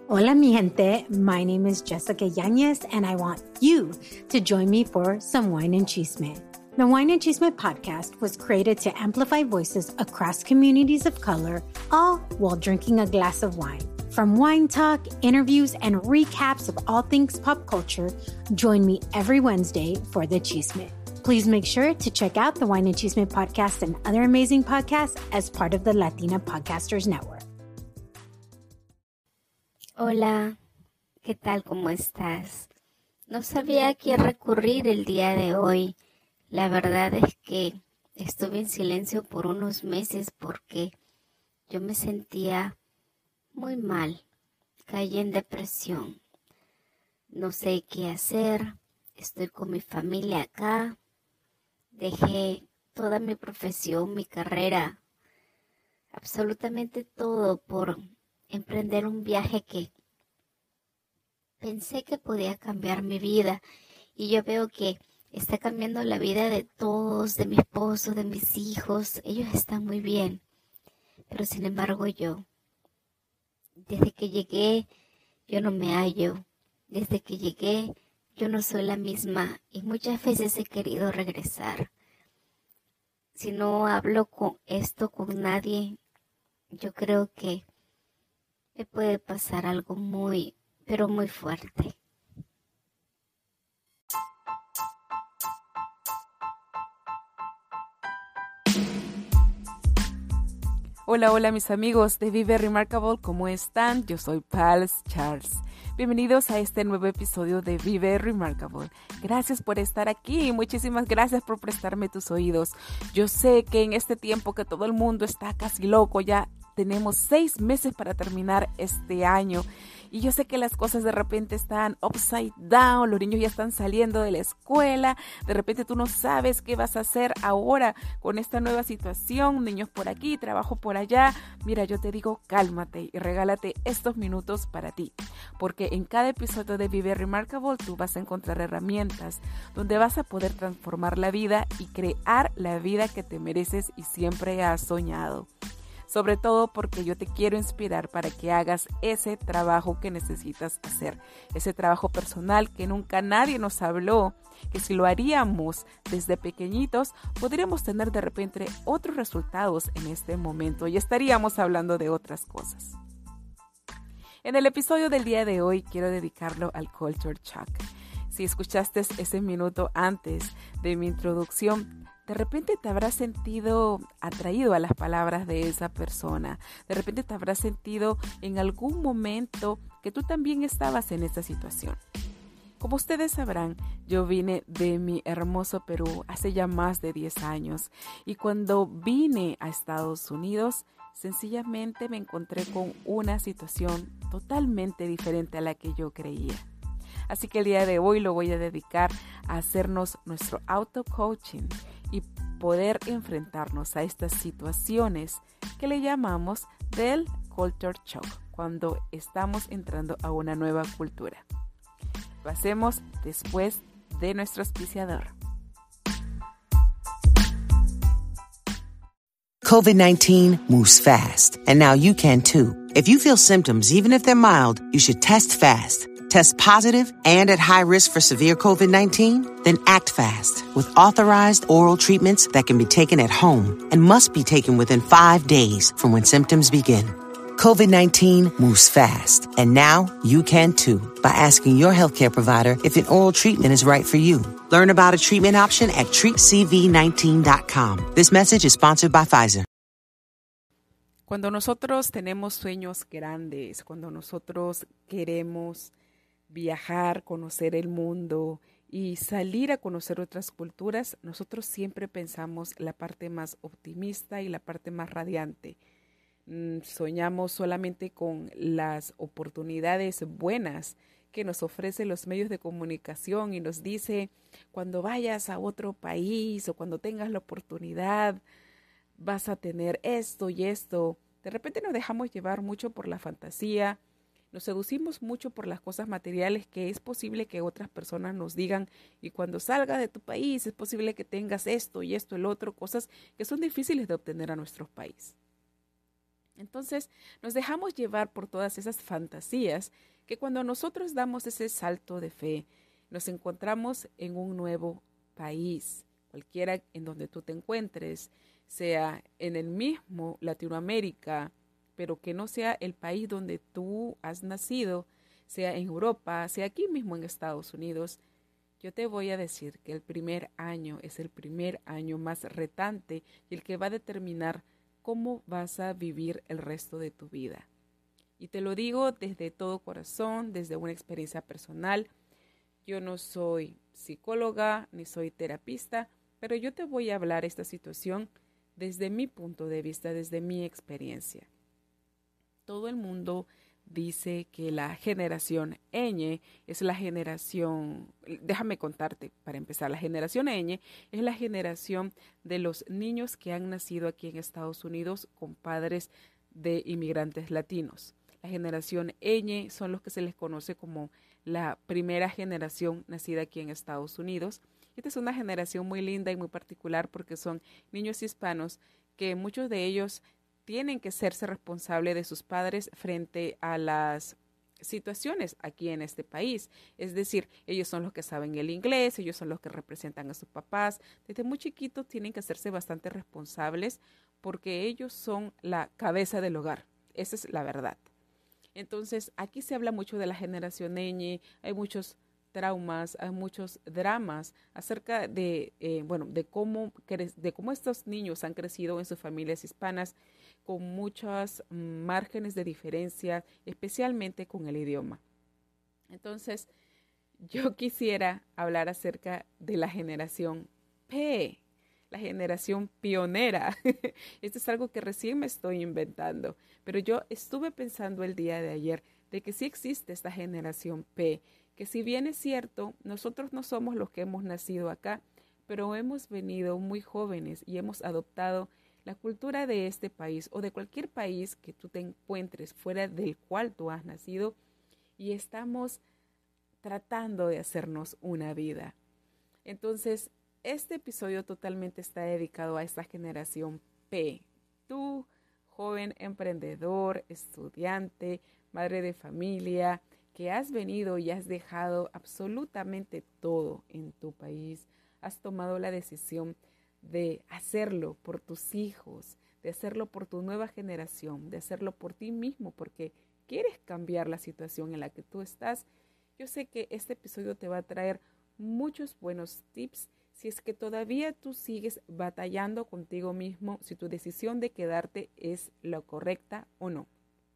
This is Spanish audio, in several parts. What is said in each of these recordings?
Hola, mi gente. My name is Jessica Yanez, and I want you to join me for some Wine and Chisme. The Wine and Chisme podcast was created to amplify voices across communities of color, all while drinking a glass of wine. From wine talk, interviews, and recaps of all things pop culture, join me every Wednesday for the Chisme. Please make sure to check out the Wine and Chisme podcast and other amazing podcasts as part of the Latina Podcasters Network. Hola, ¿qué tal? ¿Cómo estás? No sabía a quién recurrir el día de hoy. La verdad es que estuve en silencio por unos meses porque yo me sentía muy mal. Caí en depresión. No sé qué hacer. Estoy con mi familia acá. Dejé toda mi profesión, mi carrera, absolutamente todo por emprender un viaje que pensé que podía cambiar mi vida, y yo veo que está cambiando la vida de todos, de mi esposo, de mis hijos. Ellos están muy bien, pero sin embargo desde que llegué, yo no me hallo. Desde que llegué, yo no soy la misma y muchas veces he querido regresar. Si no hablo con nadie, yo creo que me puede pasar algo muy, pero muy fuerte. Hola mis amigos de Vive Remarkable, ¿cómo están? Yo soy Pals Charles. Bienvenidos a este nuevo episodio de Vive Remarkable. Gracias por estar aquí, muchísimas gracias por prestarme tus oídos. Yo sé que en este tiempo que todo el mundo está casi loco, ya tenemos 6 meses para terminar este año. Y yo sé que las cosas de repente están upside down, los niños ya están saliendo de la escuela, de repente tú no sabes qué vas a hacer ahora con esta nueva situación, niños por aquí, trabajo por allá. Mira, yo te digo, cálmate y regálate estos minutos para ti, porque en cada episodio de Vive Remarkable tú vas a encontrar herramientas donde vas a poder transformar la vida y crear la vida que te mereces y siempre has soñado. Sobre todo porque yo te quiero inspirar para que hagas ese trabajo que necesitas hacer, ese trabajo personal que nunca nadie nos habló, que si lo haríamos desde pequeñitos, podríamos tener de repente otros resultados en este momento y estaríamos hablando de otras cosas. En el episodio del día de hoy quiero dedicarlo al Culture Shock. Si escuchaste ese minuto antes de mi introducción, de repente te habrás sentido atraído a las palabras de esa persona. De repente te habrás sentido en algún momento que tú también estabas en esa situación. Como ustedes sabrán, yo vine de mi hermoso Perú hace ya más de 10 años. Y cuando vine a Estados Unidos, sencillamente me encontré con una situación totalmente diferente a la que yo creía. Así que el día de hoy lo voy a dedicar a hacernos nuestro auto-coaching y poder enfrentarnos a estas situaciones que le llamamos del culture shock, cuando estamos entrando a una nueva cultura. Lo hacemos después de nuestro auspiciador. COVID-19 moves fast, and now you can too. If you feel symptoms, even if they're mild, you should test fast. Test positive and at high risk for severe COVID-19? Then act fast with authorized oral treatments that can be taken at home and must be taken within 5 days from when symptoms begin. COVID-19 moves fast, and now you can too by asking your healthcare provider if an oral treatment is right for you. Learn about a treatment option at treatcv19.com. This message is sponsored by Pfizer. Cuando nosotros tenemos sueños grandes, cuando nosotros queremos viajar, conocer el mundo y salir a conocer otras culturas, nosotros siempre pensamos la parte más optimista y la parte más radiante. Soñamos solamente con las oportunidades buenas que nos ofrecen los medios de comunicación y nos dice, cuando vayas a otro país o cuando tengas la oportunidad, vas a tener esto y esto. De repente nos dejamos llevar mucho por la fantasía, nos seducimos mucho por las cosas materiales que es posible que otras personas nos digan, y cuando salgas de tu país es posible que tengas esto y esto, el otro, cosas que son difíciles de obtener a nuestro país. Entonces nos dejamos llevar por todas esas fantasías que cuando nosotros damos ese salto de fe, nos encontramos en un nuevo país, cualquiera en donde tú te encuentres, sea en el mismo Latinoamérica, pero que no sea el país donde tú has nacido, sea en Europa, sea aquí mismo en Estados Unidos. Yo te voy a decir que el primer año es el primer año más retante y el que va a determinar cómo vas a vivir el resto de tu vida. Y te lo digo desde todo corazón, desde una experiencia personal. Yo no soy psicóloga ni soy terapista, pero yo te voy a hablar esta situación desde mi punto de vista, desde mi experiencia. Todo el mundo dice que la generación ñ es la generación, déjame contarte para empezar, la generación ñ es la generación de los niños que han nacido aquí en Estados Unidos con padres de inmigrantes latinos. La generación ñ son los que se les conoce como la primera generación nacida aquí en Estados Unidos. Esta es una generación muy linda y muy particular porque son niños hispanos que muchos de ellos tienen que hacerse responsables de sus padres frente a las situaciones aquí en este país. Es decir, ellos son los que saben el inglés, ellos son los que representan a sus papás. Desde muy chiquitos tienen que hacerse bastante responsables porque ellos son la cabeza del hogar. Esa es la verdad. Entonces, aquí se habla mucho de la generación ñ, hay muchos traumas, hay muchos dramas acerca de cómo estos niños han crecido en sus familias hispanas con muchos márgenes de diferencia, especialmente con el idioma. Entonces, yo quisiera hablar acerca de la generación P, la generación pionera. Esto es algo que recién me estoy inventando, pero yo estuve pensando el día de ayer de que sí existe esta generación P, que si bien es cierto, nosotros no somos los que hemos nacido acá, pero hemos venido muy jóvenes y hemos adoptado la cultura de este país o de cualquier país que tú te encuentres fuera del cual tú has nacido y estamos tratando de hacernos una vida. Entonces, este episodio totalmente está dedicado a esta generación P. Tú, joven emprendedor, estudiante, madre de familia, que has venido y has dejado absolutamente todo en tu país, has tomado la decisión de hacerlo por tus hijos, de hacerlo por tu nueva generación, de hacerlo por ti mismo, porque quieres cambiar la situación en la que tú estás. Yo sé que este episodio te va a traer muchos buenos tips si es que todavía tú sigues batallando contigo mismo, si tu decisión de quedarte es la correcta o no.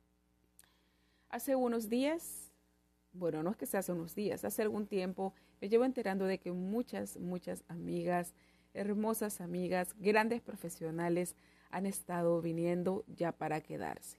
Hace unos días, bueno, no es que sea hace unos días, hace algún tiempo me llevo enterando de que muchas amigas, hermosas amigas, grandes profesionales han estado viniendo ya para quedarse.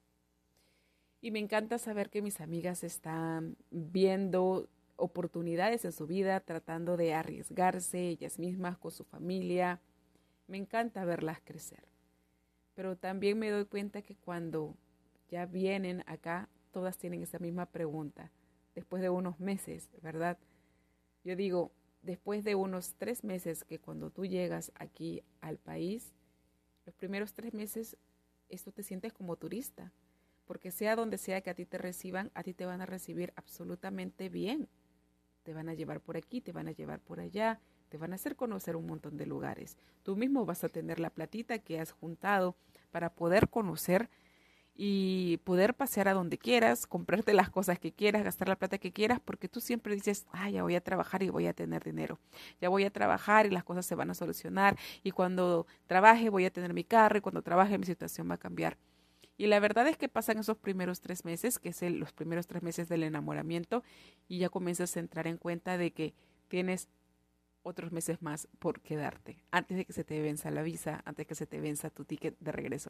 Y me encanta saber que mis amigas están viendo oportunidades en su vida, tratando de arriesgarse ellas mismas con su familia. Me encanta verlas crecer. Pero también me doy cuenta que cuando ya vienen acá, todas tienen esa misma pregunta. Después de unos meses, ¿verdad? Yo digo, después de unos 3 meses que cuando tú llegas aquí al país, los primeros 3 meses, esto te sientes como turista. Porque sea donde sea que a ti te reciban, a ti te van a recibir absolutamente bien. Te van a llevar por aquí, te van a llevar por allá, te van a hacer conocer un montón de lugares. Tú mismo vas a tener la platita que has juntado para poder conocer y poder pasear a donde quieras, comprarte las cosas que quieras, gastar la plata que quieras, porque tú siempre dices, ya voy a trabajar y voy a tener dinero. Ya voy a trabajar y las cosas se van a solucionar. Y cuando trabaje voy a tener mi carro y cuando trabaje mi situación va a cambiar. Y la verdad es que pasan esos primeros 3 meses, que es los primeros 3 meses del enamoramiento, y ya comienzas a entrar en cuenta de que tienes otros meses más por quedarte, antes de que se te venza la visa, antes de que se te venza tu ticket de regreso.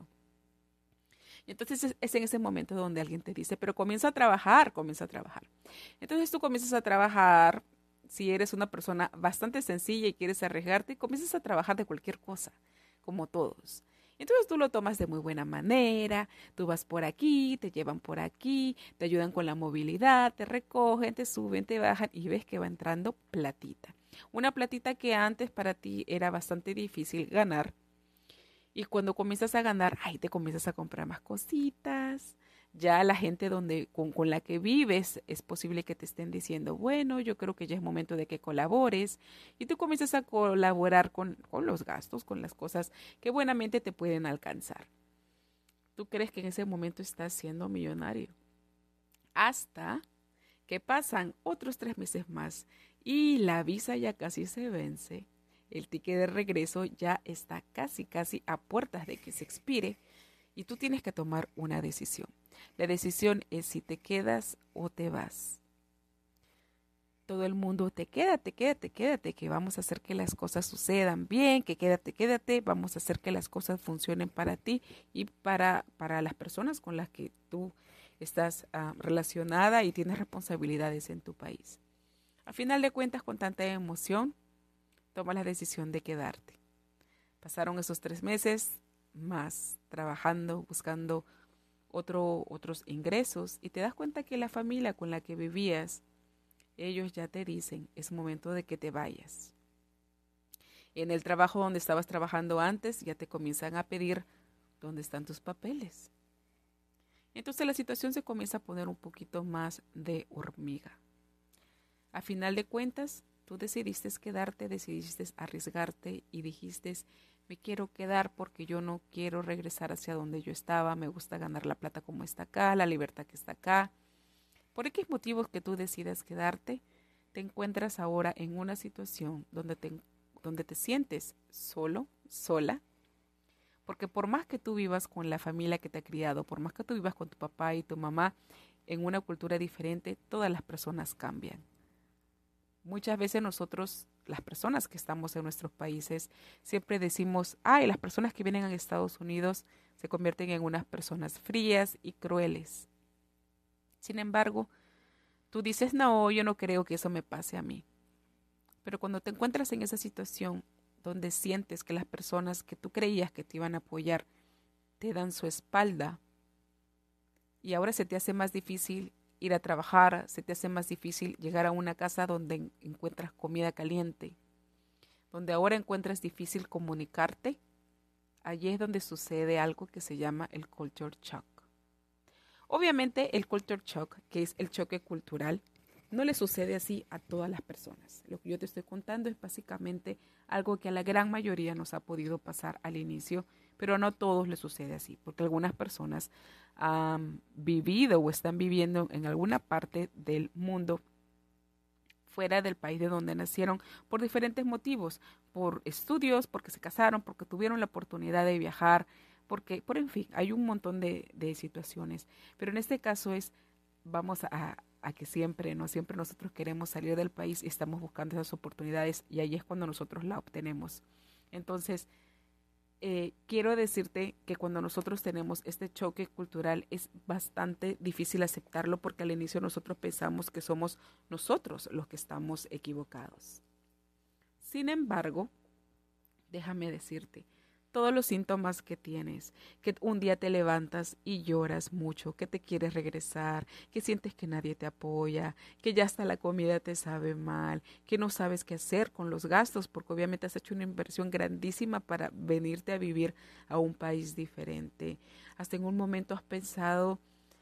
Y entonces es en ese momento donde alguien te dice, pero comienza a trabajar. Entonces tú comienzas a trabajar, si eres una persona bastante sencilla y quieres arriesgarte, comienzas a trabajar de cualquier cosa, como todos. Entonces tú lo tomas de muy buena manera, tú vas por aquí, te llevan por aquí, te ayudan con la movilidad, te recogen, te suben, te bajan y ves que va entrando platita. Una platita que antes para ti era bastante difícil ganar Y cuando comienzas a ganar, ahí te comienzas a comprar más cositas. Ya la gente con la que vives es posible que te estén diciendo, bueno, yo creo que ya es momento de que colabores. Y tú comienzas a colaborar con los gastos, con las cosas que buenamente te pueden alcanzar. Tú crees que en ese momento estás siendo millonario. Hasta que pasan otros 3 meses más y la visa ya casi se vence. El ticket de regreso ya está casi a puertas de que se expire y tú tienes que tomar una decisión. La decisión es si te quedas o te vas. Todo el mundo, quédate, que vamos a hacer que las cosas sucedan bien, que quédate, vamos a hacer que las cosas funcionen para ti y para las personas con las que tú estás relacionada y tienes responsabilidades en tu país. A final de cuentas, con tanta emoción, toma la decisión de quedarte. Pasaron esos 3 meses más trabajando, buscando otros ingresos y te das cuenta que la familia con la que vivías, ellos ya te dicen, es momento de que te vayas. En el trabajo donde estabas trabajando antes, ya te comienzan a pedir dónde están tus papeles. Entonces la situación se comienza a poner un poquito más de hormiga. A final de cuentas, tú decidiste quedarte, decidiste arriesgarte y dijiste, me quiero quedar porque yo no quiero regresar hacia donde yo estaba, me gusta ganar la plata como está acá, la libertad que está acá. Por X motivos que tú decidas quedarte, te encuentras ahora en una situación donde te sientes solo, sola, porque por más que tú vivas con la familia que te ha criado, por más que tú vivas con tu papá y tu mamá en una cultura diferente, todas las personas cambian. Muchas veces nosotros, las personas que estamos en nuestros países, siempre decimos, las personas que vienen a Estados Unidos se convierten en unas personas frías y crueles. Sin embargo, tú dices, no, yo no creo que eso me pase a mí. Pero cuando te encuentras en esa situación donde sientes que las personas que tú creías que te iban a apoyar te dan su espalda y ahora se te hace más difícil ir a trabajar, se te hace más difícil llegar a una casa donde encuentras comida caliente, donde ahora encuentras difícil comunicarte, allí es donde sucede algo que se llama el culture shock. Obviamente el culture shock, que es el choque cultural, no le sucede así a todas las personas. Lo que yo te estoy contando es básicamente algo que a la gran mayoría nos ha podido pasar al inicio, pero no a todos les sucede así, porque algunas personas han vivido o están viviendo en alguna parte del mundo fuera del país de donde nacieron por diferentes motivos, por estudios, porque se casaron, porque tuvieron la oportunidad de viajar, en fin, hay un montón de situaciones. Pero en este caso vamos a que siempre nosotros queremos salir del país y estamos buscando esas oportunidades y ahí es cuando nosotros la obtenemos. Entonces, quiero decirte que cuando nosotros tenemos este choque cultural es bastante difícil aceptarlo porque al inicio nosotros pensamos que somos nosotros los que estamos equivocados. Sin embargo, déjame decirte, todos los síntomas que tienes, que un día te levantas y lloras mucho, que te quieres regresar, que sientes que nadie te apoya, que ya hasta la comida te sabe mal, que no sabes qué hacer con los gastos, porque obviamente has hecho una inversión grandísima para venirte a vivir a un país diferente. Hasta en un momento has pensado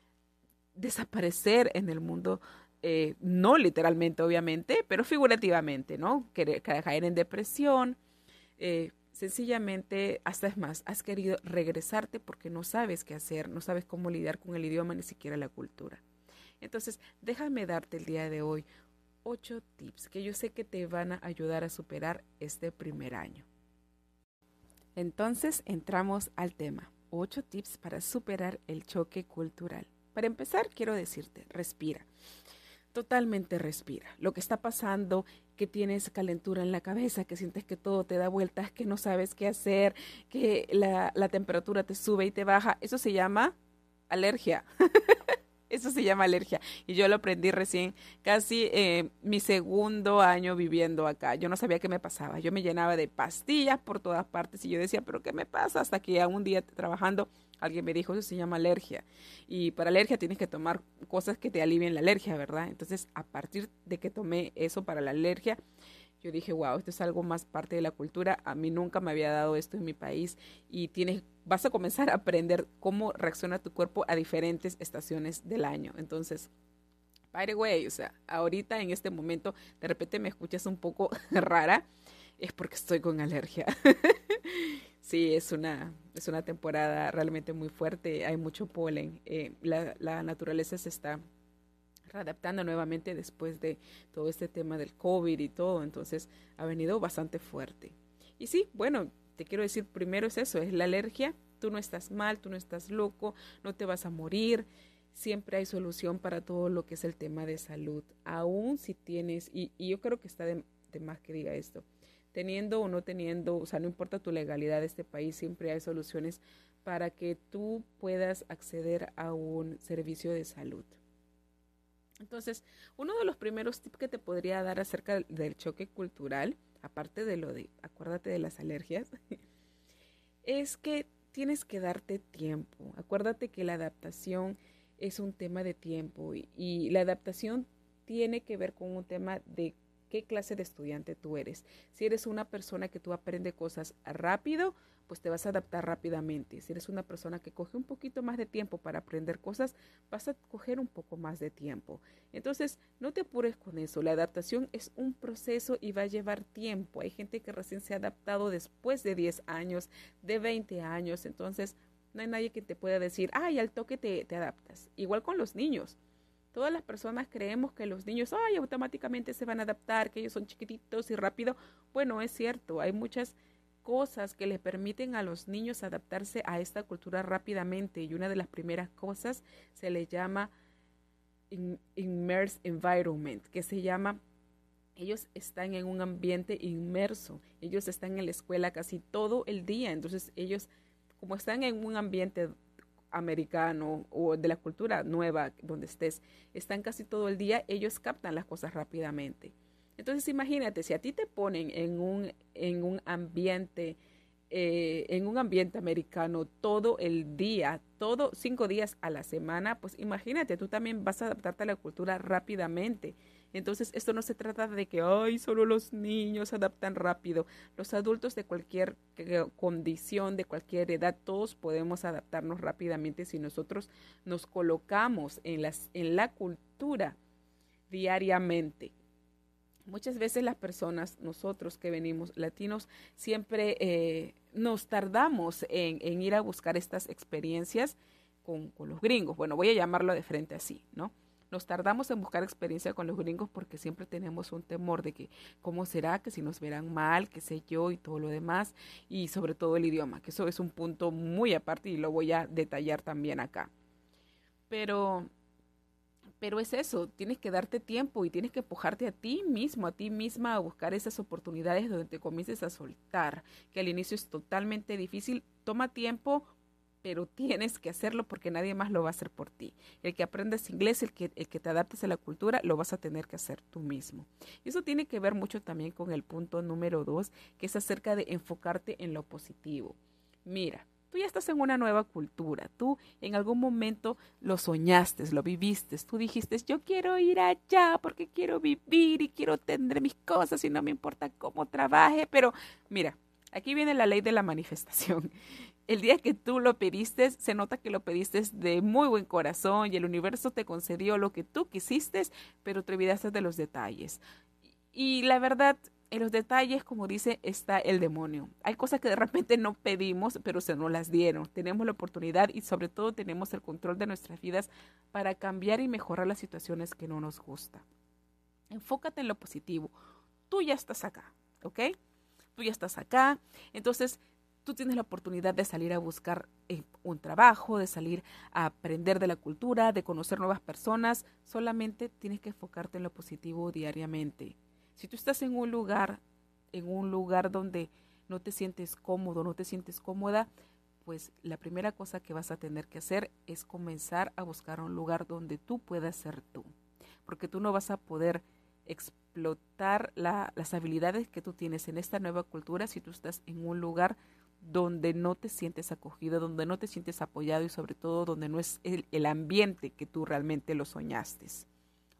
desaparecer en el mundo, no literalmente obviamente, pero figurativamente, ¿no? Caer en depresión, sencillamente, hasta es más, has querido regresarte porque no sabes qué hacer, no sabes cómo lidiar con el idioma, ni siquiera la cultura. Entonces, déjame darte el día de hoy 8 tips que yo sé que te van a ayudar a superar este primer año. Entonces, entramos al tema. 8 tips para superar el choque cultural. Para empezar, quiero decirte, respira. Totalmente respira. Lo que está pasando, que tienes calentura en la cabeza, que sientes que todo te da vueltas, que no sabes qué hacer, que la temperatura te sube y te baja, eso se llama alergia. Eso se llama alergia. Y yo lo aprendí recién, casi mi segundo año viviendo acá. Yo no sabía qué me pasaba. Yo me llenaba de pastillas por todas partes y yo decía, ¿pero qué me pasa? Hasta que un día trabajando, alguien me dijo, eso se llama alergia. Y para alergia tienes que tomar cosas que te alivien la alergia, ¿verdad? Entonces, a partir de que tomé eso para la alergia, yo dije, wow, esto es algo más parte de la cultura. A mí nunca me había dado esto en mi país y vas a comenzar a aprender cómo reacciona tu cuerpo a diferentes estaciones del año. Entonces, by the way, o sea, ahorita en este momento de repente me escuchas un poco rara, es porque estoy con alergia. Sí, es una temporada realmente muy fuerte, hay mucho polen, la naturaleza se está readaptando nuevamente después de todo este tema del COVID y todo, entonces ha venido bastante fuerte. Y sí, bueno, te quiero decir, primero es eso, es la alergia, tú no estás mal, tú no estás loco, no te vas a morir, siempre hay solución para todo lo que es el tema de salud, aún si tienes, y yo creo que está de más que diga esto, teniendo o no teniendo, o sea, no importa tu legalidad de este país, siempre hay soluciones para que tú puedas acceder a un servicio de salud. Entonces, uno de los primeros tips que te podría dar acerca del choque cultural, aparte de lo de, acuérdate de las alergias, es que tienes que darte tiempo. Acuérdate que la adaptación es un tema de tiempo y la adaptación tiene que ver con un tema de qué clase de estudiante tú eres. Si eres una persona que tú aprende cosas rápido, pues te vas a adaptar rápidamente. Si eres una persona que coge un poquito más de tiempo para aprender cosas, vas a coger un poco más de tiempo. Entonces, no te apures con eso. La adaptación es un proceso y va a llevar tiempo. Hay gente que recién se ha adaptado después de 10 años, de 20 años. Entonces, no hay nadie que te pueda decir, ay, al toque te adaptas. Igual con los niños. Todas las personas creemos que los niños, ay, automáticamente se van a adaptar, que ellos son chiquititos y rápido. Bueno, es cierto, hay muchas cosas que les permiten a los niños adaptarse a esta cultura rápidamente y una de las primeras cosas se le llama immersed environment, que se llama, ellos están en un ambiente inmerso, ellos están en la escuela casi todo el día, entonces ellos, como están en un ambiente americano o de la cultura nueva donde estés, están casi todo el día, ellos captan las cosas rápidamente. Entonces imagínate, si a ti te ponen en un ambiente americano todo el día, 5 días a la semana, pues imagínate, tú también vas a adaptarte a la cultura rápidamente. Entonces esto no se trata de que, ay, solo los niños se adaptan rápido. Los adultos de cualquier condición, de cualquier edad, todos podemos adaptarnos rápidamente si nosotros nos colocamos en la cultura diariamente. Muchas veces las personas, nosotros que venimos latinos, siempre nos tardamos en ir a buscar estas experiencias con los gringos. Bueno, voy a llamarlo de frente así, ¿no? Nos tardamos en buscar experiencia con los gringos porque siempre tenemos un temor de que cómo será, que si nos verán mal, qué sé yo, y todo lo demás, y sobre todo el idioma, que eso es un punto muy aparte y lo voy a detallar también acá. Pero es eso, tienes que darte tiempo y tienes que empujarte a ti mismo, a ti misma a buscar esas oportunidades donde te comiences a soltar, que al inicio es totalmente difícil, toma tiempo, pero tienes que hacerlo porque nadie más lo va a hacer por ti. El que aprendas inglés, el que te adaptes a la cultura, lo vas a tener que hacer tú mismo. Y eso tiene que ver mucho también con el punto número 2, que es acerca de enfocarte en lo positivo. Mira, tú ya estás en una nueva cultura, tú en algún momento lo soñaste, lo viviste, tú dijiste, yo quiero ir allá porque quiero vivir y quiero tener mis cosas y no me importa cómo trabaje, pero mira, aquí viene la ley de la manifestación. El día que tú lo pediste, se nota que lo pediste de muy buen corazón y el universo te concedió lo que tú quisiste, pero te olvidaste de los detalles. Y la verdad, en los detalles, como dice, está el demonio. Hay cosas que de repente no pedimos, pero se nos las dieron. Tenemos la oportunidad y sobre todo tenemos el control de nuestras vidas para cambiar y mejorar las situaciones que no nos gustan. Enfócate en lo positivo. Tú ya estás acá, ¿ok? Tú ya estás acá. Entonces, tú tienes la oportunidad de salir a buscar un trabajo, de salir a aprender de la cultura, de conocer nuevas personas. Solamente tienes que enfocarte en lo positivo diariamente. Si tú estás en un lugar donde no te sientes cómodo, no te sientes cómoda, pues la primera cosa que vas a tener que hacer es comenzar a buscar un lugar donde tú puedas ser tú. Porque tú no vas a poder explotar las habilidades que tú tienes en esta nueva cultura si tú estás en un lugar donde no te sientes acogido, donde no te sientes apoyado y sobre todo donde no es el ambiente que tú realmente lo soñaste.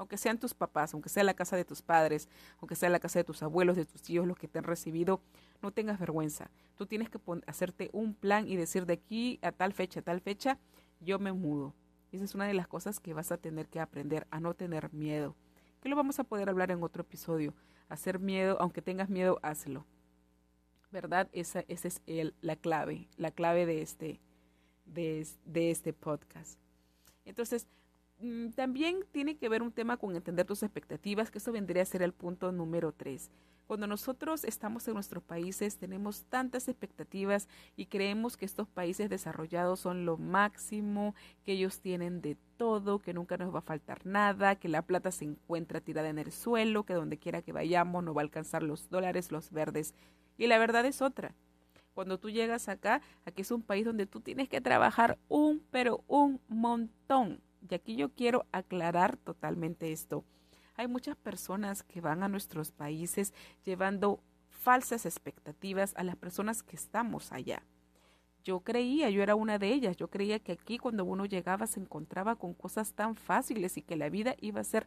aunque sean tus papás, aunque sea la casa de tus padres, aunque sea la casa de tus abuelos, de tus tíos, los que te han recibido, no tengas vergüenza. Tú tienes que hacerte un plan y decir de aquí a tal fecha, yo me mudo. Y esa es una de las cosas que vas a tener que aprender, a no tener miedo. Que lo vamos a poder hablar en otro episodio. Hacer miedo, aunque tengas miedo, hazlo. ¿Verdad? Esa es la clave de este podcast. Entonces, también tiene que ver un tema con entender tus expectativas, que eso vendría a ser el punto número 3. Cuando nosotros estamos en nuestros países, tenemos tantas expectativas y creemos que estos países desarrollados son lo máximo, que ellos tienen de todo, que nunca nos va a faltar nada, que la plata se encuentra tirada en el suelo, que donde quiera que vayamos no va a alcanzar los dólares, los verdes. Y la verdad es otra. Cuando tú llegas acá, aquí es un país donde tú tienes que trabajar pero un montón. Y aquí yo quiero aclarar totalmente esto. Hay muchas personas que van a nuestros países llevando falsas expectativas a las personas que estamos allá. Yo era una de ellas. Yo creía que aquí cuando uno llegaba se encontraba con cosas tan fáciles y que la vida iba a ser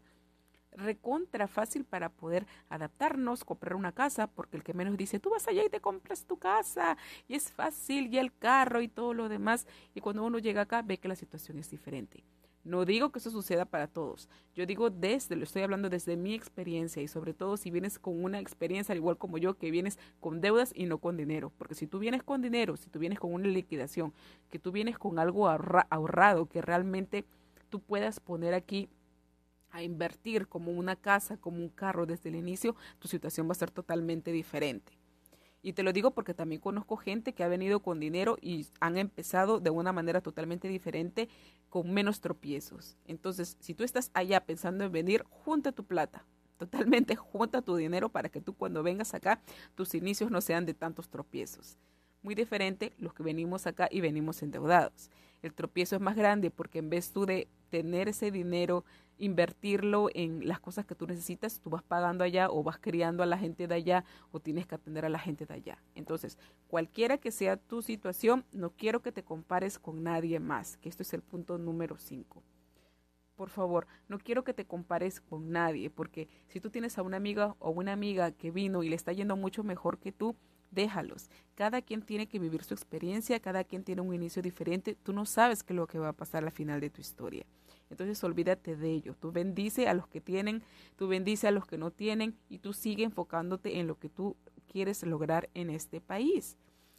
recontra fácil para poder adaptarnos, comprar una casa, porque el que menos dice, tú vas allá y te compras tu casa, y es fácil, y el carro y todo lo demás, y cuando uno llega acá ve que la situación es diferente. No digo que eso suceda para todos, yo digo lo estoy hablando desde mi experiencia, y sobre todo si vienes con una experiencia al igual como yo, que vienes con deudas y no con dinero, porque si tú vienes con dinero, si tú vienes con una liquidación, que tú vienes con algo ahorrado, que realmente tú puedas poner aquí a invertir como una casa, como un carro desde el inicio, tu situación va a ser totalmente diferente. Y te lo digo porque también conozco gente que ha venido con dinero y han empezado de una manera totalmente diferente, con menos tropiezos. Entonces, si tú estás allá pensando en venir, junta tu plata, totalmente junta tu dinero para que tú cuando vengas acá, tus inicios no sean de tantos tropiezos. Muy diferente los que venimos acá y venimos endeudados. El tropiezo es más grande porque en vez tú de tener ese dinero, invertirlo en las cosas que tú necesitas, tú vas pagando allá o vas criando a la gente de allá o tienes que atender a la gente de allá. Entonces, cualquiera que sea tu situación, no quiero que te compares con nadie más, que esto es el punto número 5. Por favor, no quiero que te compares con nadie, porque si tú tienes a una amiga o una amiga que vino y le está yendo mucho mejor que tú, déjalos. Cada quien tiene que vivir su experiencia, cada quien tiene un inicio diferente. Tú no sabes qué es lo que va a pasar al final de tu historia. Entonces olvídate de ello. Tú bendice a los que tienen, tú bendice a los que no tienen y tú sigue enfocándote en lo que tú quieres lograr en este país.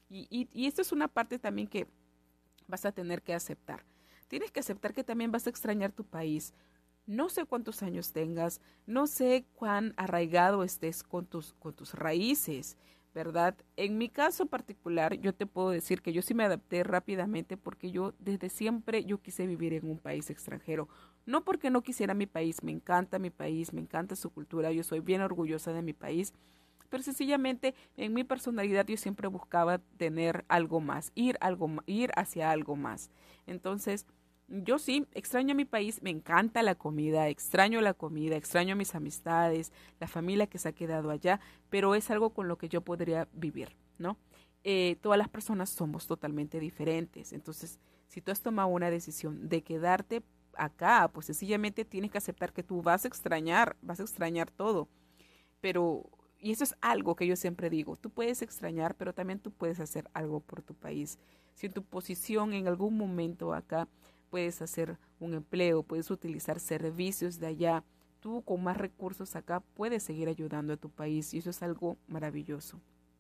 Y esto es una parte también que vas a tener que aceptar. Tienes que aceptar que también vas a extrañar tu país. No sé cuántos años tengas, no sé cuán arraigado estés con tus raíces, ¿verdad? En mi caso particular, yo te puedo decir que yo sí me adapté rápidamente porque yo desde siempre yo quise vivir en un país extranjero. No porque no quisiera mi país, me encanta mi país, me encanta su cultura, yo soy bien orgullosa de mi país, pero sencillamente en mi personalidad yo siempre buscaba tener algo más, ir hacia algo más. Entonces, yo sí extraño mi país, me encanta la comida, extraño mis amistades, la familia que se ha quedado allá, pero es algo con lo que yo podría vivir, ¿no? Todas las personas somos totalmente diferentes, entonces si tú has tomado una decisión de quedarte acá, pues sencillamente tienes que aceptar que tú vas a extrañar todo, pero, y eso es algo que yo siempre digo, tú puedes extrañar, pero también tú puedes hacer algo por tu país. Si en tu posición en algún momento acá puedes hacer un empleo, puedes utilizar servicios de allá, tú con más recursos acá puedes seguir ayudando a tu país y eso es algo maravilloso.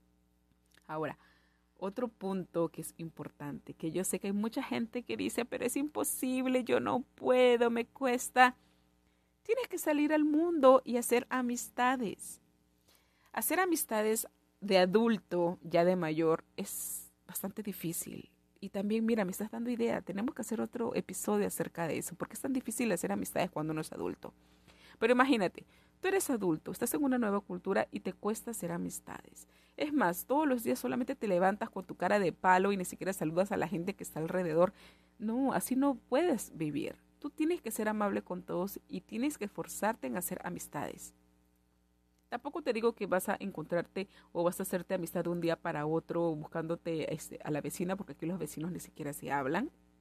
Ahora, otro punto que es importante, que yo sé que hay mucha gente que dice, pero es imposible, yo no puedo, me cuesta. Tienes que salir al mundo y hacer amistades. Hacer amistades de adulto, ya de mayor, es bastante difícil. Y también, mira, me estás dando idea, tenemos que hacer otro episodio acerca de eso, porque es tan difícil hacer amistades cuando uno es adulto. Pero imagínate, tú eres adulto, estás en una nueva cultura y te cuesta hacer amistades. Es más, todos los días solamente te levantas con tu cara de palo y ni siquiera saludas a la gente que está alrededor. No, así no puedes vivir. Tú tienes que ser amable con todos y tienes que esforzarte en hacer amistades. Tampoco te digo que vas a encontrarte o vas a hacerte amistad de un día para otro buscándote a la vecina, porque aquí los vecinos ni siquiera se hablan.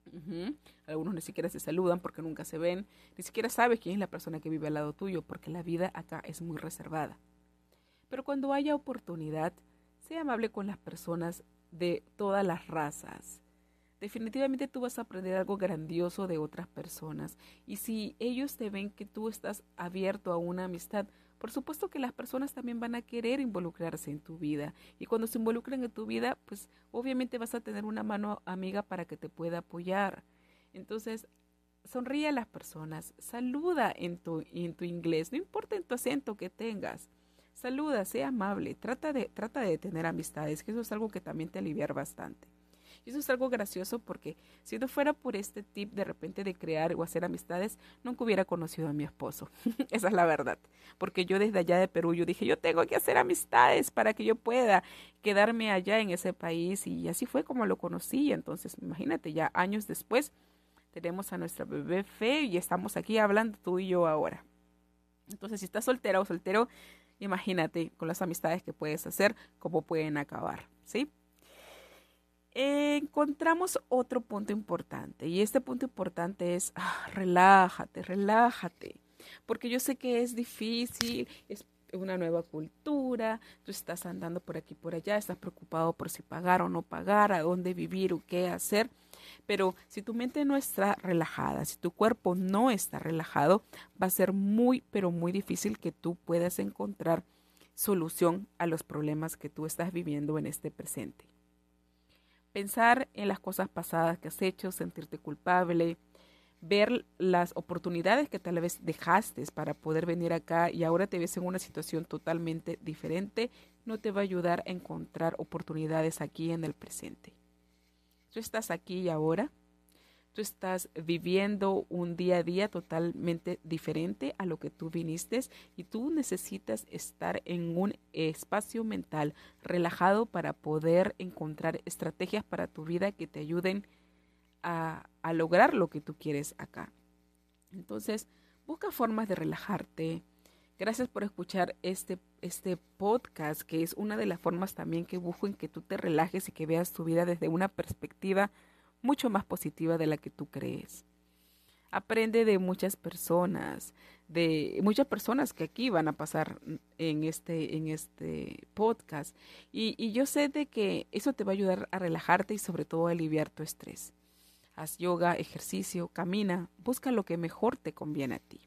Ujú. Algunos ni siquiera se saludan porque nunca se ven, ni siquiera sabes quién es la persona que vive al lado tuyo porque la vida acá es muy reservada. Pero cuando haya oportunidad, sea amable con las personas de todas las razas. Definitivamente tú vas a aprender algo grandioso de otras personas. Y si ellos te ven que tú estás abierto a una amistad, por supuesto que las personas también van a querer involucrarse en tu vida. Y cuando se involucran en tu vida, pues obviamente vas a tener una mano amiga para que te pueda apoyar. Entonces, sonríe a las personas, saluda en tu inglés, no importa en tu acento que tengas. Saluda, sea amable, trata de tener amistades, que eso es algo que también te aliviar bastante. Y eso es algo gracioso porque si no fuera por este tip de repente de crear o hacer amistades, nunca hubiera conocido a mi esposo. Esa es la verdad. Porque yo desde allá de Perú, yo dije, yo tengo que hacer amistades para que yo pueda quedarme allá en ese país. Y así fue como lo conocí. Entonces, imagínate, ya años después tenemos a nuestra bebé Fe y estamos aquí hablando tú y yo ahora. Entonces, si estás soltera o soltero, imagínate con las amistades que puedes hacer, cómo pueden acabar, ¿sí? Encontramos otro punto importante y este punto importante es relájate, relájate, porque yo sé que es difícil, es una nueva cultura, tú estás andando por aquí y por allá, estás preocupado por si pagar o no pagar, a dónde vivir o qué hacer, pero si tu mente no está relajada, si tu cuerpo no está relajado, va a ser muy, pero muy difícil que tú puedas encontrar solución a los problemas que tú estás viviendo en este presente. Pensar en las cosas pasadas que has hecho, sentirte culpable, ver las oportunidades que tal vez dejaste para poder venir acá y ahora te ves en una situación totalmente diferente, no te va a ayudar a encontrar oportunidades aquí en el presente. Tú estás aquí y ahora, tú estás viviendo un día a día totalmente diferente a lo que tú viniste y tú necesitas estar en un espacio mental relajado para poder encontrar estrategias para tu vida que te ayuden a lograr lo que tú quieres acá. Entonces, busca formas de relajarte. Gracias por escuchar este podcast, que es una de las formas también que busco en que tú te relajes y que veas tu vida desde una perspectiva mucho más positiva de la que tú crees. Aprende de muchas personas que aquí van a pasar en este podcast. Y yo sé de que eso te va a ayudar a relajarte y sobre todo a aliviar tu estrés. Haz yoga, ejercicio, camina, busca lo que mejor te conviene a ti.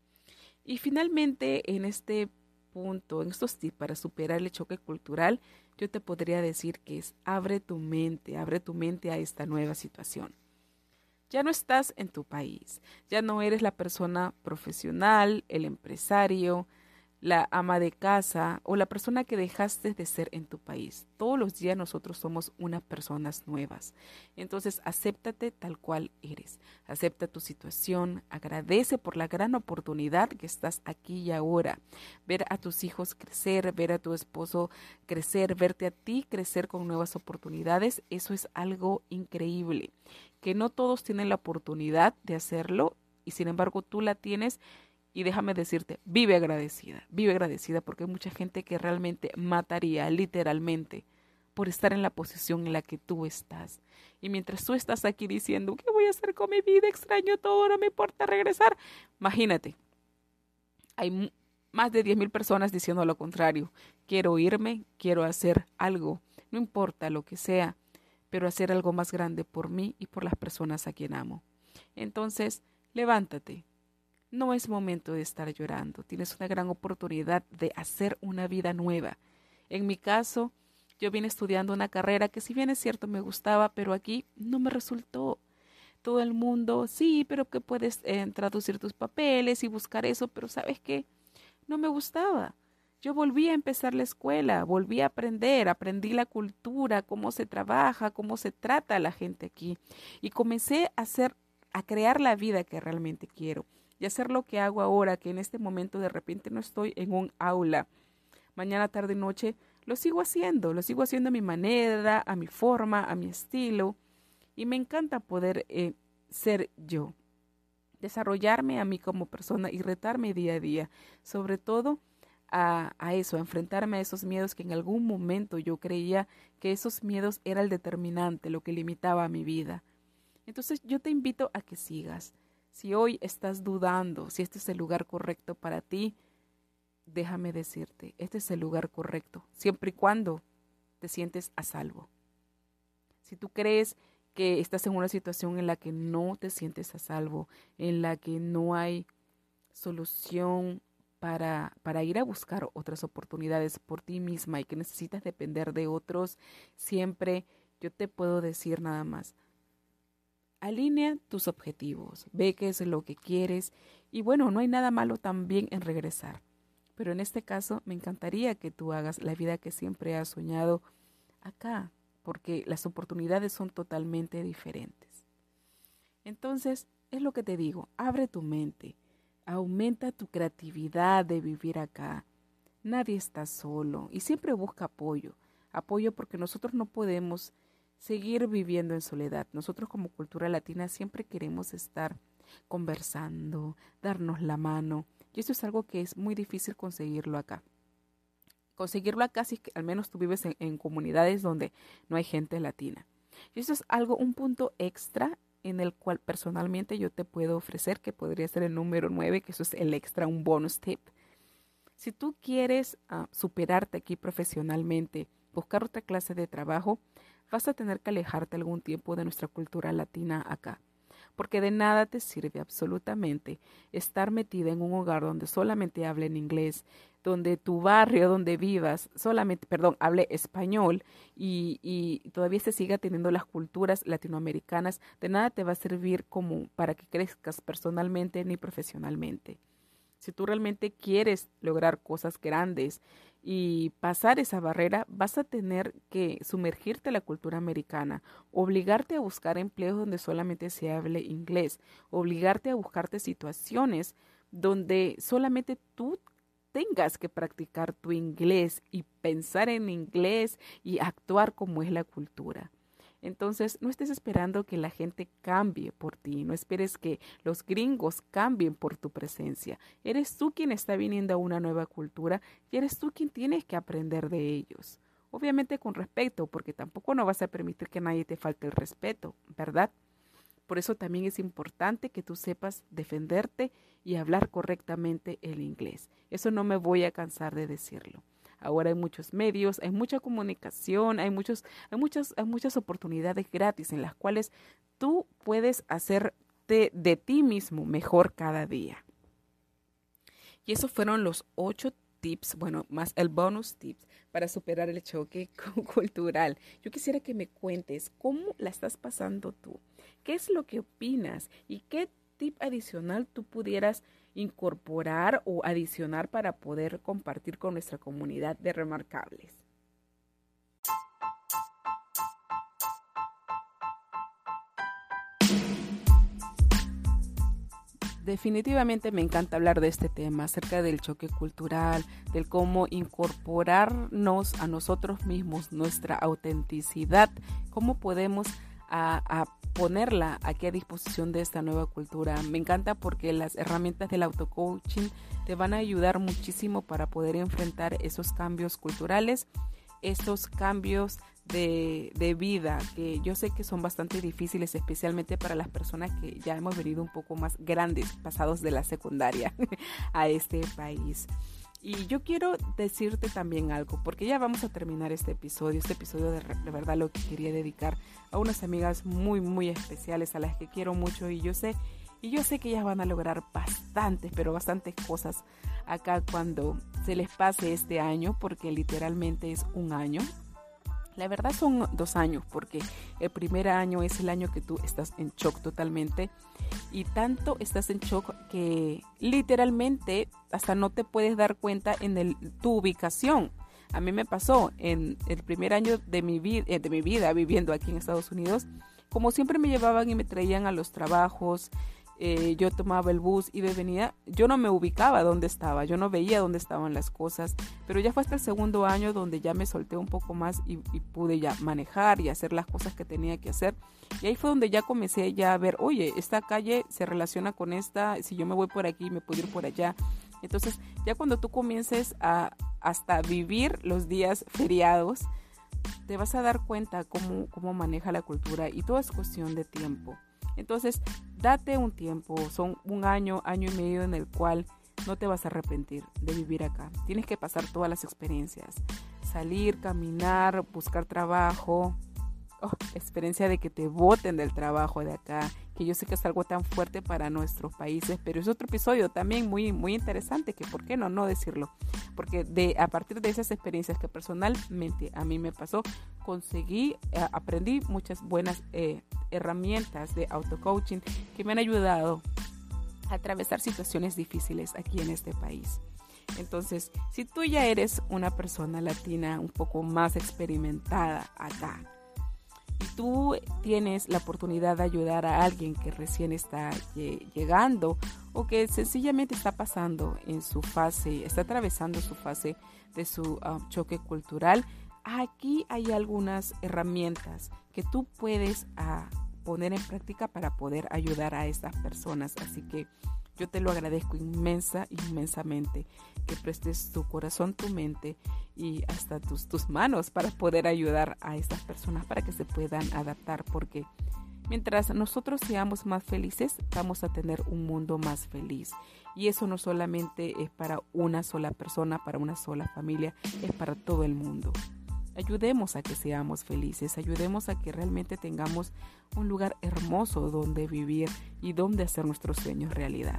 Y finalmente, en este punto, en estos tips para superar el choque cultural, yo te podría decir que es abre tu mente a esta nueva situación. Ya no estás en tu país, ya no eres la persona profesional, el empresario, la ama de casa o la persona que dejaste de ser en tu país. Todos los días nosotros somos unas personas nuevas. Entonces, acéptate tal cual eres. Acepta tu situación, agradece por la gran oportunidad que estás aquí y ahora. Ver a tus hijos crecer, ver a tu esposo crecer, verte a ti crecer con nuevas oportunidades, eso es algo increíble. Que no todos tienen la oportunidad de hacerlo y sin embargo tú la tienes. Y déjame decirte, vive agradecida porque hay mucha gente que realmente mataría literalmente por estar en la posición en la que tú estás. Y mientras tú estás aquí diciendo, ¿qué voy a hacer con mi vida? Extraño todo, no me importa regresar. Imagínate, hay más de 10,000 personas diciendo lo contrario. Quiero irme, quiero hacer algo, no importa lo que sea, pero hacer algo más grande por mí y por las personas a quien amo. Entonces, levántate. No es momento de estar llorando. Tienes una gran oportunidad de hacer una vida nueva. En mi caso, yo vine estudiando una carrera que si bien es cierto me gustaba, pero aquí no me resultó. Todo el mundo, sí, pero que puedes traducir tus papeles y buscar eso, pero ¿sabes qué? No me gustaba. Yo volví a empezar la escuela, volví a aprender, aprendí la cultura, cómo se trabaja, cómo se trata a la gente aquí y comencé a crear la vida que realmente quiero. Y hacer lo que hago ahora, que en este momento de repente no estoy en un aula. Mañana, tarde y noche lo sigo haciendo a mi manera, a mi forma, a mi estilo. Y me encanta poder ser yo, desarrollarme a mí como persona y retarme día a día. Sobre todo a eso, a enfrentarme a esos miedos que en algún momento yo creía que esos miedos era el determinante, lo que limitaba mi vida. Entonces yo te invito a que sigas. Si hoy estás dudando si este es el lugar correcto para ti, déjame decirte, este es el lugar correcto, siempre y cuando te sientes a salvo. Si tú crees que estás en una situación en la que no te sientes a salvo, en la que no hay solución para ir a buscar otras oportunidades por ti misma y que necesitas depender de otros, siempre yo te puedo decir nada más. Alinea tus objetivos, ve qué es lo que quieres y bueno, no hay nada malo también en regresar. Pero en este caso me encantaría que tú hagas la vida que siempre has soñado acá, porque las oportunidades son totalmente diferentes. Entonces, es lo que te digo, abre tu mente, aumenta tu creatividad de vivir acá. Nadie está solo y siempre busca apoyo porque nosotros no podemos seguir viviendo en soledad. Nosotros como cultura latina siempre queremos estar conversando, darnos la mano y eso es algo que es muy difícil conseguirlo acá. Conseguirlo acá si al menos tú vives en comunidades donde no hay gente latina. Y eso es un punto extra en el cual personalmente yo te puedo ofrecer, que podría ser el número 9, que eso es el extra, un bonus tip. Si tú quieres superarte aquí profesionalmente, buscar otra clase de trabajo, vas a tener que alejarte algún tiempo de nuestra cultura latina acá. Porque de nada te sirve absolutamente estar metida en un hogar donde solamente hablen inglés, donde tu barrio donde vivas hable español y todavía se siga teniendo las culturas latinoamericanas. De nada te va a servir como para que crezcas personalmente ni profesionalmente. Si tú realmente quieres lograr cosas grandes y pasar esa barrera, vas a tener que sumergirte en la cultura americana, obligarte a buscar empleos donde solamente se hable inglés, obligarte a buscarte situaciones donde solamente tú tengas que practicar tu inglés y pensar en inglés y actuar como es la cultura. Entonces, no estés esperando que la gente cambie por ti, no esperes que los gringos cambien por tu presencia. Eres tú quien está viniendo a una nueva cultura y eres tú quien tienes que aprender de ellos. Obviamente con respeto, porque tampoco no vas a permitir que nadie te falte el respeto, ¿verdad? Por eso también es importante que tú sepas defenderte y hablar correctamente el inglés. Eso no me voy a cansar de decirlo. Ahora hay muchos medios, hay mucha comunicación, hay muchas oportunidades gratis en las cuales tú puedes hacerte de ti mismo mejor cada día. Y esos fueron los 8 tips, más el bonus tips para superar el choque cultural. Yo quisiera que me cuentes cómo la estás pasando tú, qué es lo que opinas y qué tip adicional tú pudieras incorporar o adicionar para poder compartir con nuestra comunidad de remarcables. Definitivamente me encanta hablar de este tema, acerca del choque cultural, del cómo incorporarnos a nosotros mismos, nuestra autenticidad, cómo podemos a ponerla aquí a disposición de esta nueva cultura. Me encanta porque las herramientas del auto-coaching te van a ayudar muchísimo para poder enfrentar esos cambios culturales, esos cambios de vida, que yo sé que son bastante difíciles, especialmente para las personas que ya hemos venido un poco más grandes, pasados de la secundaria a este país. Y yo quiero decirte también algo, porque ya vamos a terminar este episodio de verdad lo que quería dedicar a unas amigas muy, muy especiales a las que quiero mucho y yo sé que ellas van a lograr bastantes cosas acá cuando se les pase este año, porque literalmente es un año. La verdad son 2 años, porque el primer año es el año que tú estás en shock totalmente y tanto estás en shock que literalmente hasta no te puedes dar cuenta en tu ubicación. A mí me pasó en el primer año de mi vida viviendo aquí en Estados Unidos, como siempre me llevaban y me traían a los trabajos. Yo tomaba el bus y venía, yo no me ubicaba dónde estaba, yo no veía dónde estaban las cosas, pero ya fue hasta el segundo año donde ya me solté un poco más y pude ya manejar y hacer las cosas que tenía que hacer, y ahí fue donde ya comencé ya a ver, oye, esta calle se relaciona con esta, si yo me voy por aquí me puedo ir por allá. Entonces ya cuando tú comiences a hasta vivir los días feriados, te vas a dar cuenta cómo maneja la cultura, y todo es cuestión de tiempo. Entonces, date un tiempo, son un año, año y medio en el cual no te vas a arrepentir de vivir acá. Tienes que pasar todas las experiencias, salir, caminar, buscar trabajo, experiencia de que te boten del trabajo de acá, que yo sé que es algo tan fuerte para nuestros países, pero es otro episodio también muy, muy interesante, que por qué no decirlo, porque a partir de esas experiencias que personalmente a mí me pasó, aprendí muchas buenas herramientas de auto-coaching que me han ayudado a atravesar situaciones difíciles aquí en este país. Entonces, si tú ya eres una persona latina un poco más experimentada acá, y tú tienes la oportunidad de ayudar a alguien que recién está llegando o que sencillamente está pasando en su fase, está atravesando su fase de su choque cultural, aquí hay algunas herramientas que tú puedes poner en práctica para poder ayudar a estas personas. Así que yo te lo agradezco inmensamente que prestes tu corazón, tu mente y hasta tus manos para poder ayudar a estas personas para que se puedan adaptar, porque mientras nosotros seamos más felices, vamos a tener un mundo más feliz. Y eso no solamente es para una sola persona, para una sola familia, es para todo el mundo. Ayudemos a que seamos felices, ayudemos a que realmente tengamos un lugar hermoso donde vivir y donde hacer nuestros sueños realidad.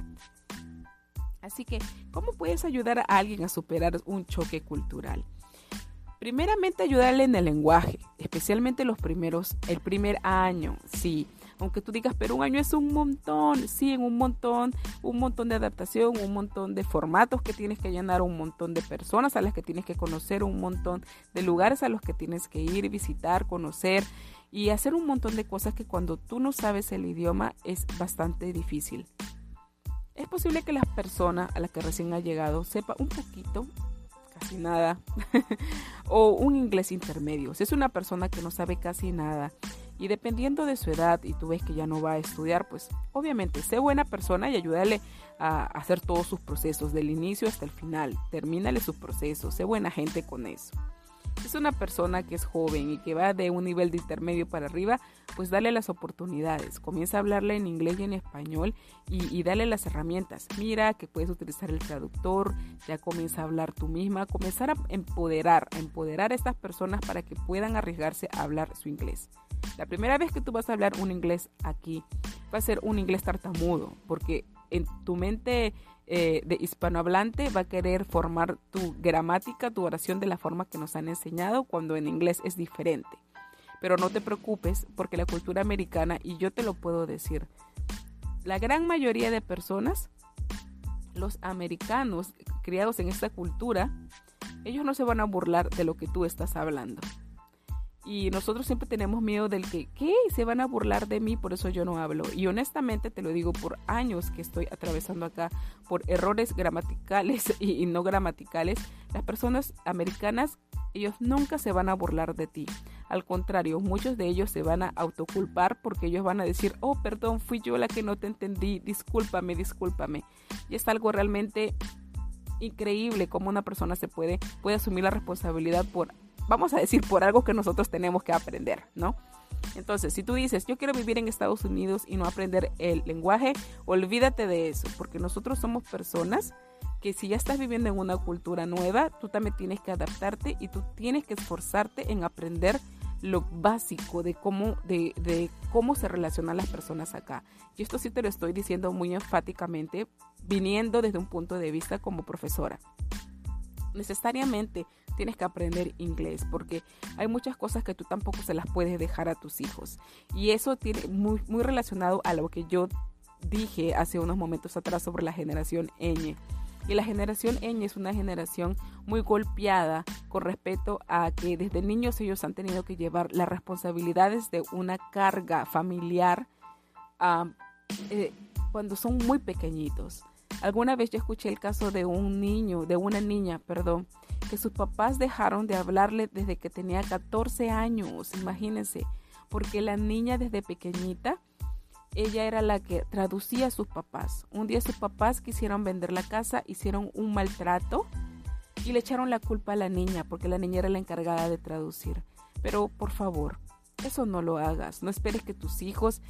Así que, ¿cómo puedes ayudar a alguien a superar un choque cultural? Primeramente, ayudarle en el lenguaje, especialmente el primer año, sí. Aunque tú digas, pero un año es un montón, sí, un montón de adaptación, un montón de formatos que tienes que llenar, un montón de personas a las que tienes que conocer, un montón de lugares a los que tienes que ir, visitar, conocer y hacer un montón de cosas que cuando tú no sabes el idioma es bastante difícil. Es posible que la persona a la que recién ha llegado sepa un poquito, casi nada, o un inglés intermedio. Si es una persona que no sabe casi nada, y dependiendo de su edad y tú ves que ya no va a estudiar, pues obviamente sé buena persona y ayúdale a hacer todos sus procesos del inicio hasta el final. Termínale sus procesos, sé buena gente con eso. Si es una persona que es joven y que va de un nivel de intermedio para arriba, pues dale las oportunidades. Comienza a hablarle en inglés y en español y dale las herramientas. Mira que puedes utilizar el traductor, ya comienza a hablar tú misma, comenzar a empoderar a estas personas para que puedan arriesgarse a hablar su inglés. La primera vez que tú vas a hablar un inglés aquí, va a ser un inglés tartamudo, porque en tu mente de hispanohablante va a querer formar tu gramática, tu oración de la forma que nos han enseñado, cuando en inglés es diferente. Pero no te preocupes, porque la cultura americana, y yo te lo puedo decir, la gran mayoría de personas, los americanos criados en esta cultura, ellos no se van a burlar de lo que tú estás hablando. Y nosotros siempre tenemos miedo del que, ¿qué? Se van a burlar de mí, por eso yo no hablo. Y honestamente te lo digo, por años que estoy atravesando acá por errores gramaticales y no gramaticales, las personas americanas, ellos nunca se van a burlar de ti. Al contrario, muchos de ellos se van a autoculpar porque ellos van a decir, oh, perdón, fui yo la que no te entendí, discúlpame. Y es algo realmente increíble cómo una persona puede asumir la responsabilidad por, vamos a decir, por algo que nosotros tenemos que aprender, ¿no? Entonces, si tú dices, yo quiero vivir en Estados Unidos y no aprender el lenguaje, olvídate de eso, porque nosotros somos personas que si ya estás viviendo en una cultura nueva, tú también tienes que adaptarte y tú tienes que esforzarte en aprender lo básico de cómo se relacionan las personas acá. Y esto sí te lo estoy diciendo muy enfáticamente, viniendo desde un punto de vista como profesora. Necesariamente tienes que aprender inglés porque hay muchas cosas que tú tampoco se las puedes dejar a tus hijos. Y eso tiene muy, muy relacionado a lo que yo dije hace unos momentos atrás sobre la generación ñ. Y la generación ñ es una generación muy golpeada con respecto a que desde niños ellos han tenido que llevar las responsabilidades de una carga familiar cuando son muy pequeñitos. Alguna vez yo escuché el caso de una niña, que sus papás dejaron de hablarle desde que tenía 14 años, imagínense, porque la niña desde pequeñita, ella era la que traducía a sus papás. Un día sus papás quisieron vender la casa, hicieron un maltrato y le echaron la culpa a la niña, porque la niña era la encargada de traducir. Pero por favor, eso no lo hagas, no esperes que tus hijos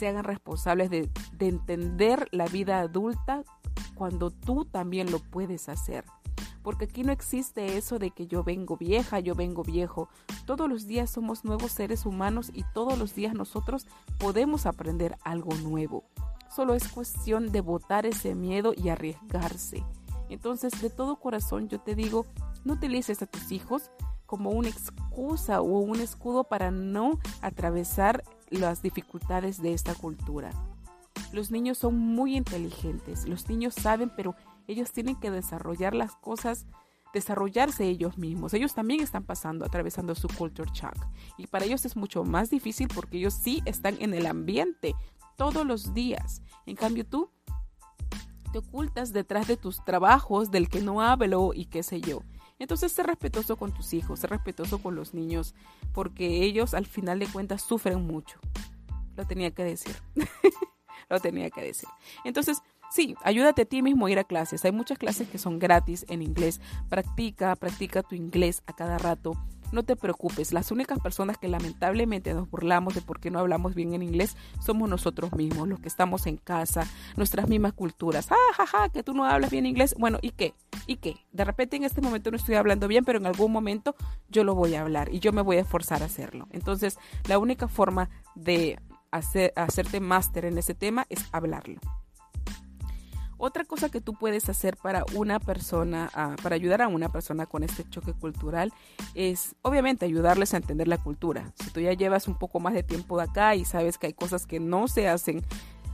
se hagan responsables de entender la vida adulta cuando tú también lo puedes hacer. Porque aquí no existe eso de que yo vengo vieja, yo vengo viejo. Todos los días somos nuevos seres humanos y todos los días nosotros podemos aprender algo nuevo. Solo es cuestión de botar ese miedo y arriesgarse. Entonces, de todo corazón yo te digo, no utilices a tus hijos como una excusa o un escudo para no atravesar las dificultades de esta cultura. Los niños son muy inteligentes, los niños saben, pero ellos tienen que desarrollar las cosas, desarrollarse ellos mismos. Ellos también están atravesando su culture shock. Y para ellos es mucho más difícil porque ellos sí están en el ambiente todos los días. En cambio tú te ocultas detrás de tus trabajos, del que no hablo y qué sé yo. Entonces, sé respetuoso con tus hijos, sé respetuoso con los niños, porque ellos al final de cuentas sufren mucho. Lo tenía que decir. Lo tenía que decir. Entonces, sí, ayúdate a ti mismo a ir a clases. Hay muchas clases que son gratis en inglés. Practica tu inglés a cada rato. No te preocupes. Las únicas personas que lamentablemente nos burlamos de por qué no hablamos bien en inglés somos nosotros mismos, los que estamos en casa, nuestras mismas culturas. Que tú no hablas bien inglés. Bueno, ¿y qué? ¿Y qué? De repente en este momento no estoy hablando bien, pero en algún momento yo lo voy a hablar y yo me voy a esforzar a hacerlo. Entonces, la única forma de hacerte máster en ese tema es hablarlo. Otra cosa que tú puedes hacer para una persona, para ayudar a una persona con este choque cultural es obviamente ayudarles a entender la cultura. Si tú ya llevas un poco más de tiempo de acá y sabes que hay cosas que no se hacen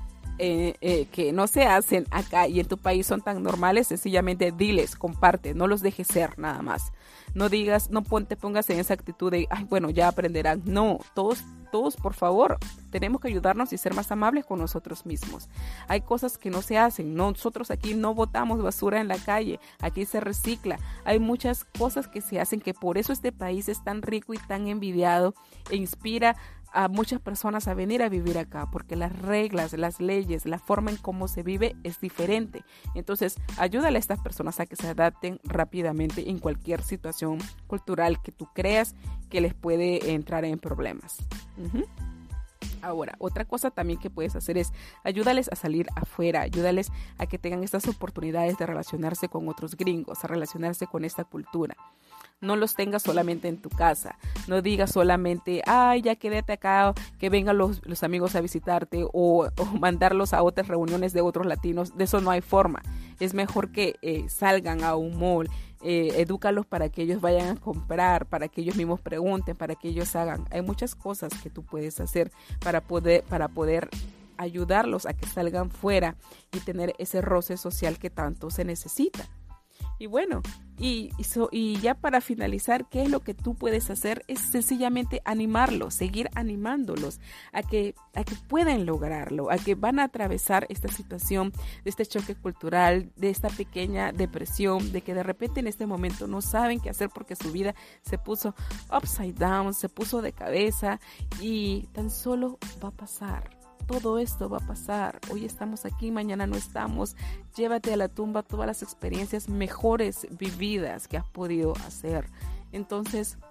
acá y en tu país son tan normales, sencillamente diles, comparte, no los dejes ser nada más. No digas, te pongas en esa actitud de, bueno, ya aprenderán. No, todos, por favor, tenemos que ayudarnos y ser más amables con nosotros mismos. Hay cosas que no se hacen. Nosotros aquí no botamos basura en la calle, aquí se recicla. Hay muchas cosas que se hacen, que por eso este país es tan rico y tan envidiado e inspira a muchas personas a venir a vivir acá, porque las reglas, las leyes, la forma en cómo se vive es diferente. Entonces, ayúdale a estas personas a que se adapten rápidamente en cualquier situación cultural que tú creas que les puede entrar en problemas. Ahora, otra cosa también que puedes hacer es ayúdales a salir afuera, ayúdales a que tengan estas oportunidades de relacionarse con otros gringos, a relacionarse con esta cultura. No los tengas solamente en tu casa. No digas solamente, ya quédate acá, que vengan los amigos a visitarte o mandarlos a otras reuniones de otros latinos. De eso no hay forma. Es mejor que salgan a un mall, edúcalos para que ellos vayan a comprar, para que ellos mismos pregunten, para que ellos hagan. Hay muchas cosas que tú puedes hacer para poder ayudarlos a que salgan fuera y tener ese roce social que tanto se necesita. Y bueno, y ya para finalizar, ¿qué es lo que tú puedes hacer? Es sencillamente animarlos, seguir animándolos a que puedan lograrlo, a que van a atravesar esta situación de este choque cultural, de esta pequeña depresión, de que de repente en este momento no saben qué hacer porque su vida se puso upside down, se puso de cabeza y tan solo va a pasar. Todo esto va a pasar. Hoy estamos aquí, mañana no estamos. Llévate a la tumba todas las experiencias mejores vividas que has podido hacer. Entonces,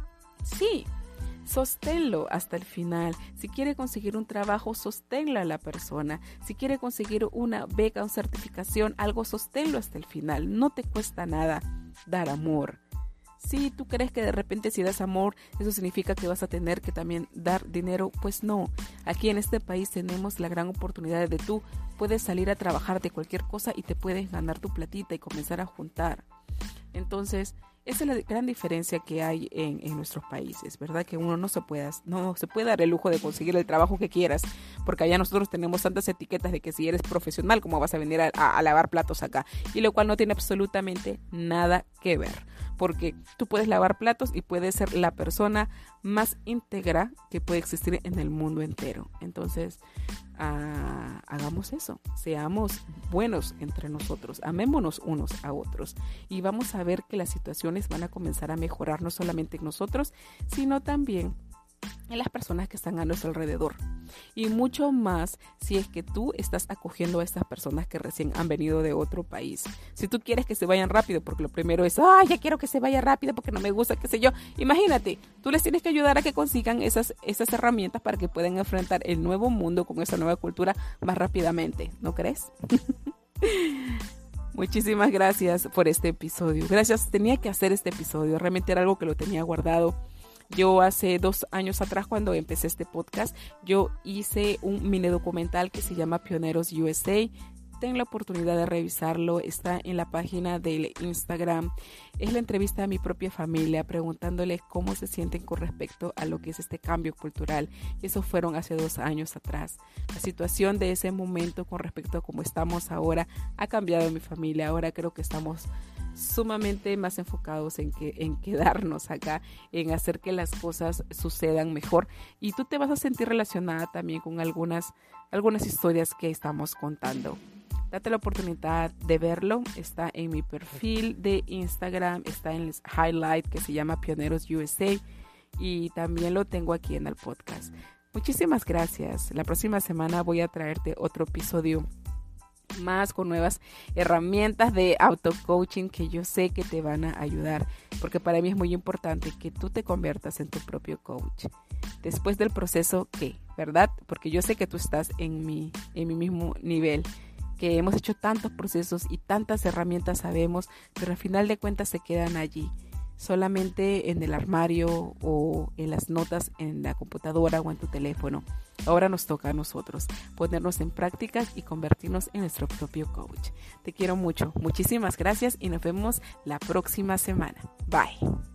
sí, sosténlo hasta el final. Si quiere conseguir un trabajo, sosténlo a la persona. Si quiere conseguir una beca, una certificación, algo, sosténlo hasta el final. No te cuesta nada dar amor. Si tú crees que de repente si das amor, eso significa que vas a tener que también dar dinero, pues no. Aquí en este país tenemos la gran oportunidad de tú puedes salir a trabajar de cualquier cosa y te puedes ganar tu platita y comenzar a juntar. Entonces, esa es la gran diferencia que hay en nuestros países, ¿verdad? Que uno no se puede dar el lujo de conseguir el trabajo que quieras, porque allá nosotros tenemos tantas etiquetas de que si eres profesional, ¿cómo vas a venir a lavar platos acá? Y lo cual no tiene absolutamente nada que ver. Porque tú puedes lavar platos y puedes ser la persona más íntegra que puede existir en el mundo entero. Entonces, hagamos eso. Seamos buenos entre nosotros. Amémonos unos a otros. Y vamos a ver que las situaciones van a comenzar a mejorar no solamente en nosotros, sino también en las personas que están a nuestro alrededor. Y mucho más si es que tú estás acogiendo a estas personas que recién han venido de otro país. Si tú quieres que se vayan rápido, porque lo primero es, ya quiero que se vaya rápido porque no me gusta, qué sé yo. Imagínate, tú les tienes que ayudar a que consigan esas herramientas para que puedan enfrentar el nuevo mundo con esa nueva cultura más rápidamente, ¿no crees? Muchísimas gracias por este episodio. Gracias, tenía que hacer este episodio. Realmente era algo que lo tenía guardado. Yo hace 2 años atrás, cuando empecé este podcast, yo hice un mini documental que se llama Pioneros USA. Ten la oportunidad de revisarlo, está en la página del Instagram. Es la entrevista a mi propia familia, preguntándoles cómo se sienten con respecto a lo que es este cambio cultural. Y eso fueron hace 2 años atrás. La situación de ese momento con respecto a cómo estamos ahora ha cambiado en mi familia. Ahora creo que estamos sumamente más enfocados en quedarnos acá, en hacer que las cosas sucedan mejor. Y tú te vas a sentir relacionada también con algunas historias que estamos contando. Date la oportunidad de verlo. Está en mi perfil de Instagram, está en el highlight que se llama Pioneros USA y también lo tengo aquí en el podcast. Muchísimas gracias. La próxima semana voy a traerte otro episodio más con nuevas herramientas de auto-coaching que yo sé que te van a ayudar, porque para mí es muy importante que tú te conviertas en tu propio coach. Después del proceso, ¿qué? ¿Verdad? Porque yo sé que tú estás en mi mismo nivel, que hemos hecho tantos procesos y tantas herramientas sabemos, pero al final de cuentas se quedan allí, solamente en el armario o en las notas en la computadora o en tu teléfono. Ahora nos toca a nosotros ponernos en prácticas y convertirnos en nuestro propio coach. Te quiero mucho, muchísimas gracias y nos vemos la próxima semana. Bye.